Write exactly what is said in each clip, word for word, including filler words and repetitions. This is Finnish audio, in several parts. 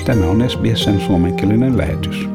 Tämä on S B S:n suomenkielinen lähetys.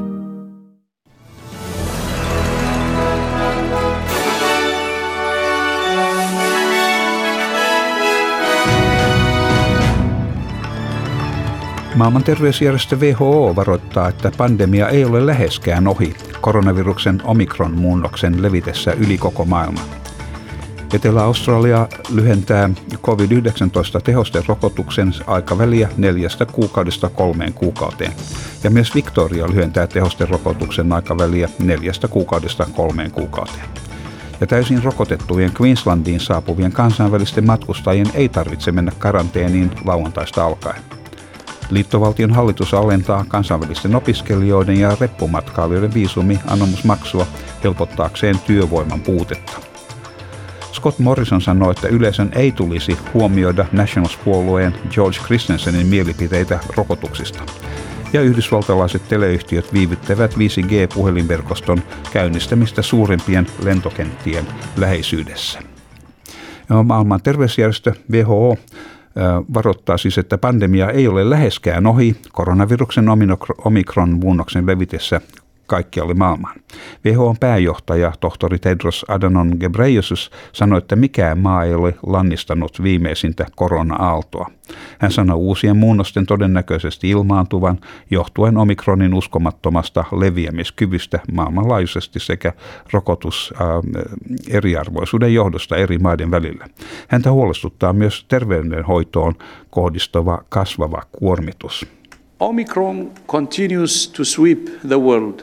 Maailman terveysjärjestö W H O varoittaa, että pandemia ei ole läheskään ohi koronaviruksen omikron-muunnoksen levitessä yli koko maailman. Etelä-Australia lyhentää covid yhdeksäntoista tehosterokotuksen aikaväliä neljästä kuukaudesta kolmeen kuukauteen. Ja myös Victoria lyhentää tehosterokotuksen aikaväliä neljästä kuukaudesta kolmeen kuukauteen. Ja täysin rokotettujen Queenslandiin saapuvien kansainvälisten matkustajien ei tarvitse mennä karanteeniin lauantaista alkaen. Liittovaltion hallitus alentaa kansainvälisten opiskelijoiden ja reppumatkailijoiden viisumi-anomusmaksua helpottaakseen työvoiman puutetta. Scott Morrison sanoi, että yleisön ei tulisi huomioida Nationals-puolueen George Christensenin mielipiteitä rokotuksista. Ja yhdysvaltalaiset teleyhtiöt viivyttävät viisi G-puhelinverkoston käynnistämistä suurimpien lentokenttien läheisyydessä. Maailman terveysjärjestö W H O varoittaa siis, että pandemia ei ole läheskään ohi koronaviruksen omikron-muunnoksen levitessä kaikkialle maailmaan. W H O:n pääjohtaja tohtori Tedros Adhanom Ghebreyesus sanoi, että mikään maa ei ole lannistanut viimeisintä korona-aaltoa. Hän sanoi uusien muunnosten todennäköisesti ilmaantuvan johtuen omikronin uskomattomasta leviämiskyvystä maailmanlaajuisesti sekä rokotus äh, eriarvoisuuden johdosta eri maiden välillä. Häntä huolestuttaa myös terveydenhoitoon kohdistuva kasvava kuormitus. Omicron continues to sweep the world.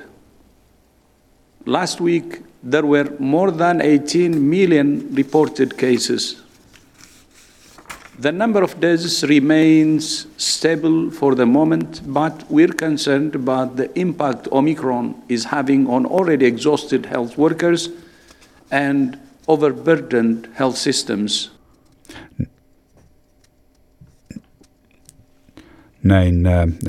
Last week, there were more than eighteen million reported cases. The number of deaths remains stable for the moment, but we're concerned about the impact Omicron is having on already exhausted health workers and overburdened health systems. Näin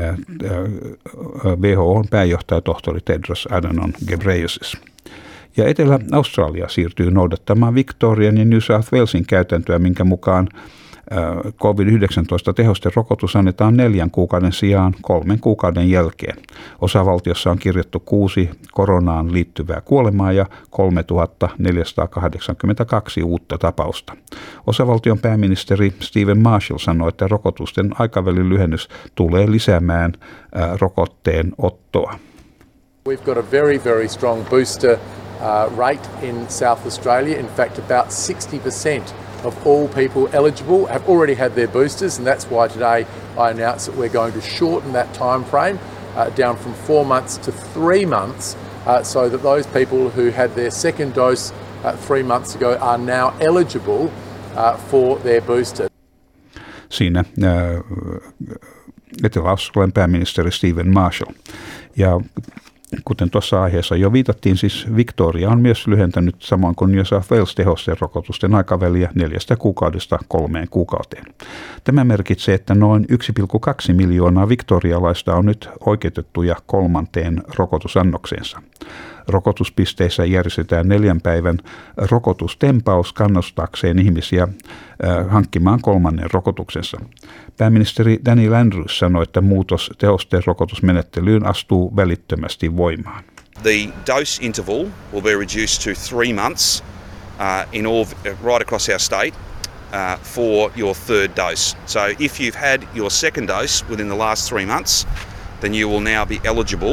W H O:n pääjohtaja tohtori Tedros Adhanom Ghebreyesus. Ja Etelä-Australia siirtyy noudattamaan Victorian ja New South Walesin käytäntöä, minkä mukaan covid yhdeksäntoista tehosterokotus annetaan neljän kuukauden sijaan kolmen kuukauden jälkeen. Osavaltiossa on kirjattu kuusi koronaan liittyvää kuolemaa ja kolmetuhatta neljäsataakahdeksankymmentäkaksi uutta tapausta. Osavaltion pääministeri Stephen Marshall sanoi, että rokotusten aikavälin lyhennys tulee lisäämään ää, rokotteen ottoa. We've got a very, very strong booster uh, rate in South Australia. In fact, about sixty percent of all people eligible have already had their boosters, and that's why today I announced that we're going to shorten that time frame uh, down from four months to three months uh, so that those people who had their second dose uh, three months ago are now eligible uh, for their booster. Siinä äh, Etelä-Australian pääministeri Stephen Marshall. Ja kuten tuossa aiheessa jo viitattiin, siis Victoria on myös lyhentänyt samoin kuin New South Wales tehosterokotusten aikaväliä neljästä kuukaudesta kolmeen kuukauteen. Tämä merkitsee, että noin yksi pilkku kaksi miljoonaa victorialaista on nyt oikeutettuja kolmanteen rokotusannokseensa. Rokotuspisteissä järjestetään neljän päivän rokotustempaus kannustaakseen ihmisiä äh, hankkimaan kolmannen rokotuksensa. Pääministeri Daniel Andrews sanoi, että muutos tehosterokotusmenettelyyn astuu välittömästi voimaan. The dose interval will be reduced to three months uh, in all right across our state uh, for your third dose. So if you've had your second dose within the last three months, then you will now be eligible.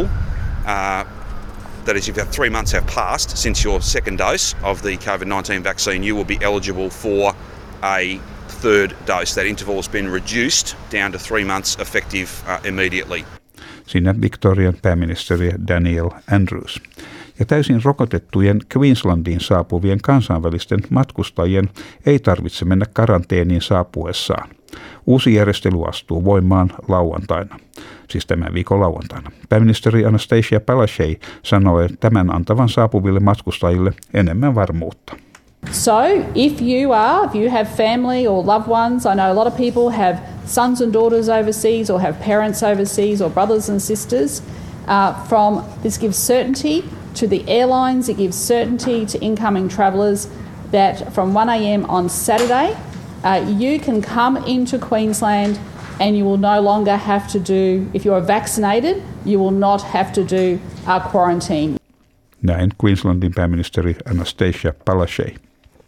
Uh, That is, if three months have passed since your second dose of the covid nineteen vaccine, you will be eligible for a third dose. That interval has been reduced down to three months, effective uh, immediately. Siinä Victorian pääministeri Daniel Andrews. Ja täysin rokotettujen Queenslandiin saapuvien kansainvälisten matkustajien ei tarvitse mennä karanteeniin saapuessaan. Uusi järjestely astuu voimaan lauantaina, siis tämän viikon lauantaina. Pääministeri Anastasia Palaszczuk sanoi tämän antavan saapuville matkustajille enemmän varmuutta. So if you are, if you have family or loved ones, I know a lot of people have sons and daughters overseas or have parents overseas or brothers and sisters, uh, from this gives certainty to the airlines, it gives certainty to incoming travellers that from one a.m. on Saturday, Uh, you can come into Queensland and you will no longer have to do, if you're vaccinated, you will not have to do uh, quarantine. Näin Queenslandin pääministeri Anastasia Palaszczuk.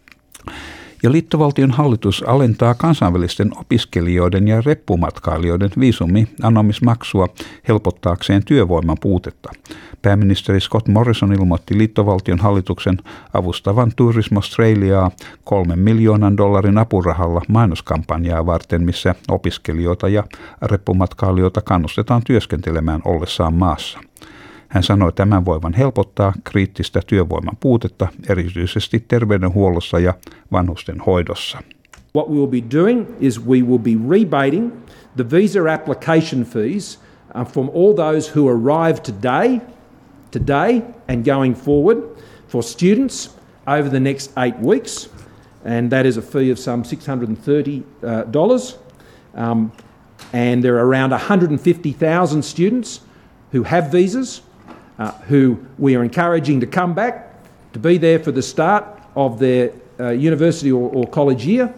Ja liittovaltion hallitus alentaa kansainvälisten opiskelijoiden ja reppumatkailijoiden viisumi-anomismaksua helpottaakseen työvoiman puutetta. Pääministeri Scott Morrison ilmoitti liittovaltion hallituksen avustavan Tourism Australiaa kolmen miljoonan dollarin apurahalla mainoskampanjaa varten, missä opiskelijoita ja reppumatkailijoita kannustetaan työskentelemään ollessaan maassa. Hän sanoi tämän voivan helpottaa kriittistä työvoiman puutetta, erityisesti terveydenhuollossa ja vanhusten hoidossa. What we will be doing is we will be rebating the visa application fees uh, from all those who arrive today, today and going forward for students over the next eight weeks, and that is a fee of some six hundred thirty dollars. Uh, um, and there are around one hundred fifty thousand students who have visas, Uh, who we are encouraging to come back, to be there for the start of their uh, university or, or college year.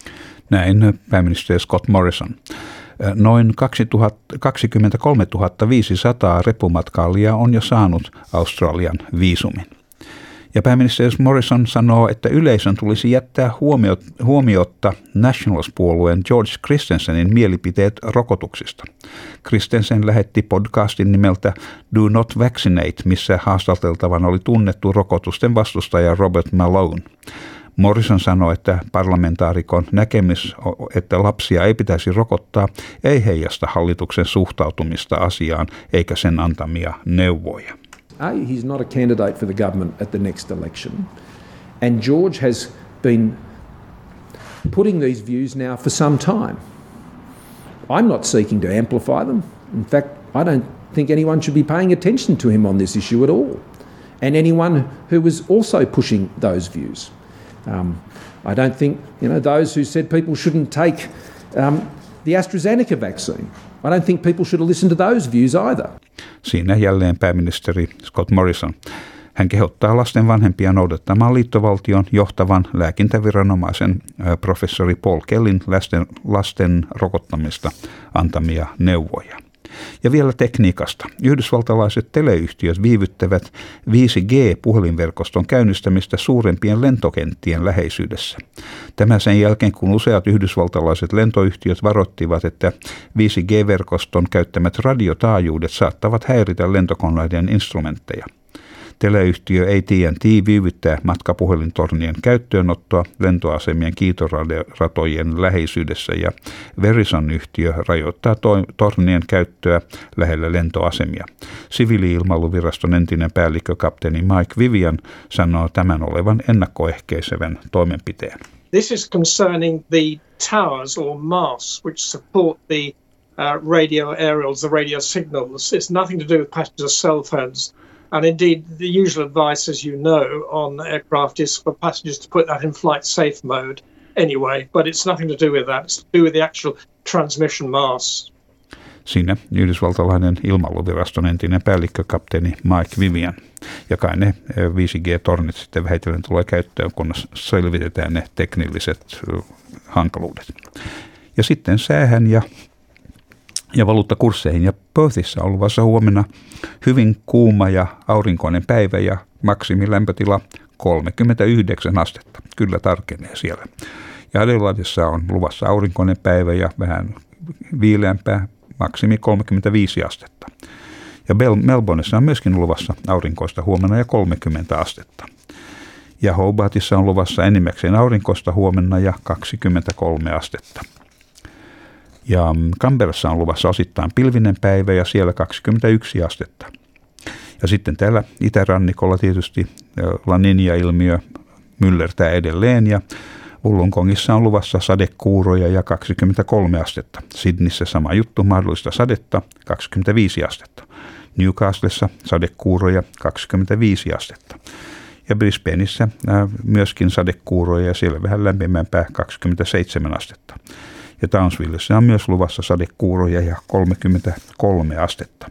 Näin pääministeri Scott Morrison. Noin kaksikymmentäkolmetuhatta viisisataa reppumatkailijaa on jo saanut Australian viisumin. Ja pääministeri Morrison sanoo, että yleisön tulisi jättää huomio, huomiotta Nationals-puolueen George Christensenin mielipiteet rokotuksista. Christensen lähetti podcastin nimeltä Do Not Vaccinate, missä haastateltavan oli tunnettu rokotusten vastustaja Robert Malone. Morrison sanoi, että parlamentaarikon näkemys, että lapsia ei pitäisi rokottaa, ei heijasta hallituksen suhtautumista asiaan eikä sen antamia neuvoja. A, he's not a candidate for the government at the next election. And George has been putting these views now for some time. I'm not seeking to amplify them. In fact, I don't think anyone should be paying attention to him on this issue at all. And anyone who was also pushing those views. Um, I don't think, you know, those who said people shouldn't take um, the AstraZeneca vaccine. I don't think people should listen to those views either. Siinä jälleen pääministeri Scott Morrison. Hän kehottaa lasten vanhempia noudattamaan liittovaltion johtavan lääkintäviranomaisen professori Paul Kellyn lasten, lasten rokottamista antamia neuvoja. Ja vielä tekniikasta. Yhdysvaltalaiset teleyhtiöt viivyttävät viisi G-puhelinverkoston käynnistämistä suurempien lentokenttien läheisyydessä. Tämä sen jälkeen, kun useat yhdysvaltalaiset lentoyhtiöt varoittivat, että viisi G-verkoston käyttämät radiotaajuudet saattavat häiritä lentokoneiden instrumentteja. Teleyhtiö A T and T viivyttää matkapuhelintornien käyttöönottoa lentoasemien kiitoratojen läheisyydessä ja Verizon-yhtiö rajoittaa to- tornien käyttöä lähellä lentoasemia. Siviili-ilmailuviraston entinen päällikkö kapteeni Mike Vivian sanoo tämän olevan ennakkoehkäisevän toimenpiteen. This is concerning the towers or masts which support the uh, radio aerials, the radio signals. It's nothing to do with passengers' cell phones. And indeed, the usual advice, as you know, on aircraft is for passengers to put that in flight safe mode anyway, but it's nothing to do with that. It's to do with the actual transmission masts. Siinä Yhdysvaltalainen ilmailuviraston entinen päällikkö kapteeni Mike Vivian. Ja kai ne viisi G-tornit sitten vähitellen tulee käyttöön, kun selvitetään ne teknilliset hankaluudet. Ja sitten säähän ja ja valuuttakursseihin. Ja Perthissä on luvassa huomenna hyvin kuuma ja aurinkoinen päivä ja maksimilämpötila kolmekymmentäyhdeksän astetta. Kyllä tarkenee siellä. Ja Adelaidessa on luvassa aurinkoinen päivä ja vähän viileämpää, maksimi kolmekymmentäviisi astetta. Ja Melbourneissa on myöskin luvassa aurinkoista huomenna ja kolmekymmentä astetta. Ja Hobartissa on luvassa enimmäkseen aurinkoista huomenna ja kaksikymmentäkolme astetta. Ja Canberrassa on luvassa osittain pilvinen päivä ja siellä kaksikymmentäyksi astetta. Ja sitten täällä itärannikolla tietysti La Niña-ilmiö myllertää edelleen ja Wollongongissa on luvassa sadekuuroja ja kaksikymmentäkolme astetta. Sydneyssä sama juttu, mahdollista sadetta, kaksikymmentäviisi astetta. Newcastlessa sadekuuroja, kaksikymmentäviisi astetta. Ja Brisbaneissa myöskin sadekuuroja ja siellä vähän lämpimämpää, kaksikymmentäseitsemän astetta. Ja Townsvillessä on myös luvassa sadekuuroja ja kolmekymmentäkolme astetta.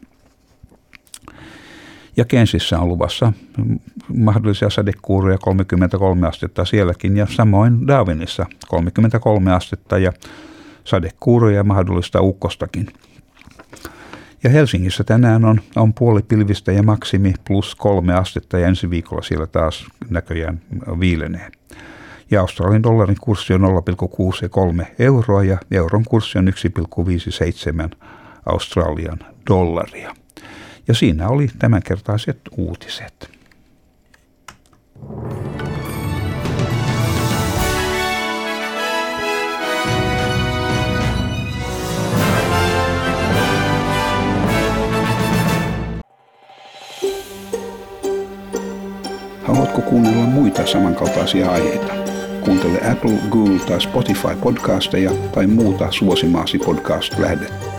Ja Cairnsissa on luvassa mahdollisia sadekuuroja kolmekymmentäkolme astetta sielläkin ja samoin Darwinissa kolmekymmentäkolme astetta ja sadekuuroja mahdollista ukkostakin. Ja Helsingissä tänään on, on puoli pilvistä ja maksimi plus kolme astetta ja ensi viikolla siellä taas näköjään viilenee. Ja Australian dollarin kurssi on nolla pilkku kuusikymmentäkolme euroa ja euron kurssi on yksi pilkku viisikymmentäseitsemän Australian dollaria. Ja siinä oli tämänkertaiset uutiset. Haluatko kuunnella muita samankaltaisia aiheita? Kuuntele Apple, Google tai Spotify podcasteja tai muuta suosimaasi podcast-lähdettä.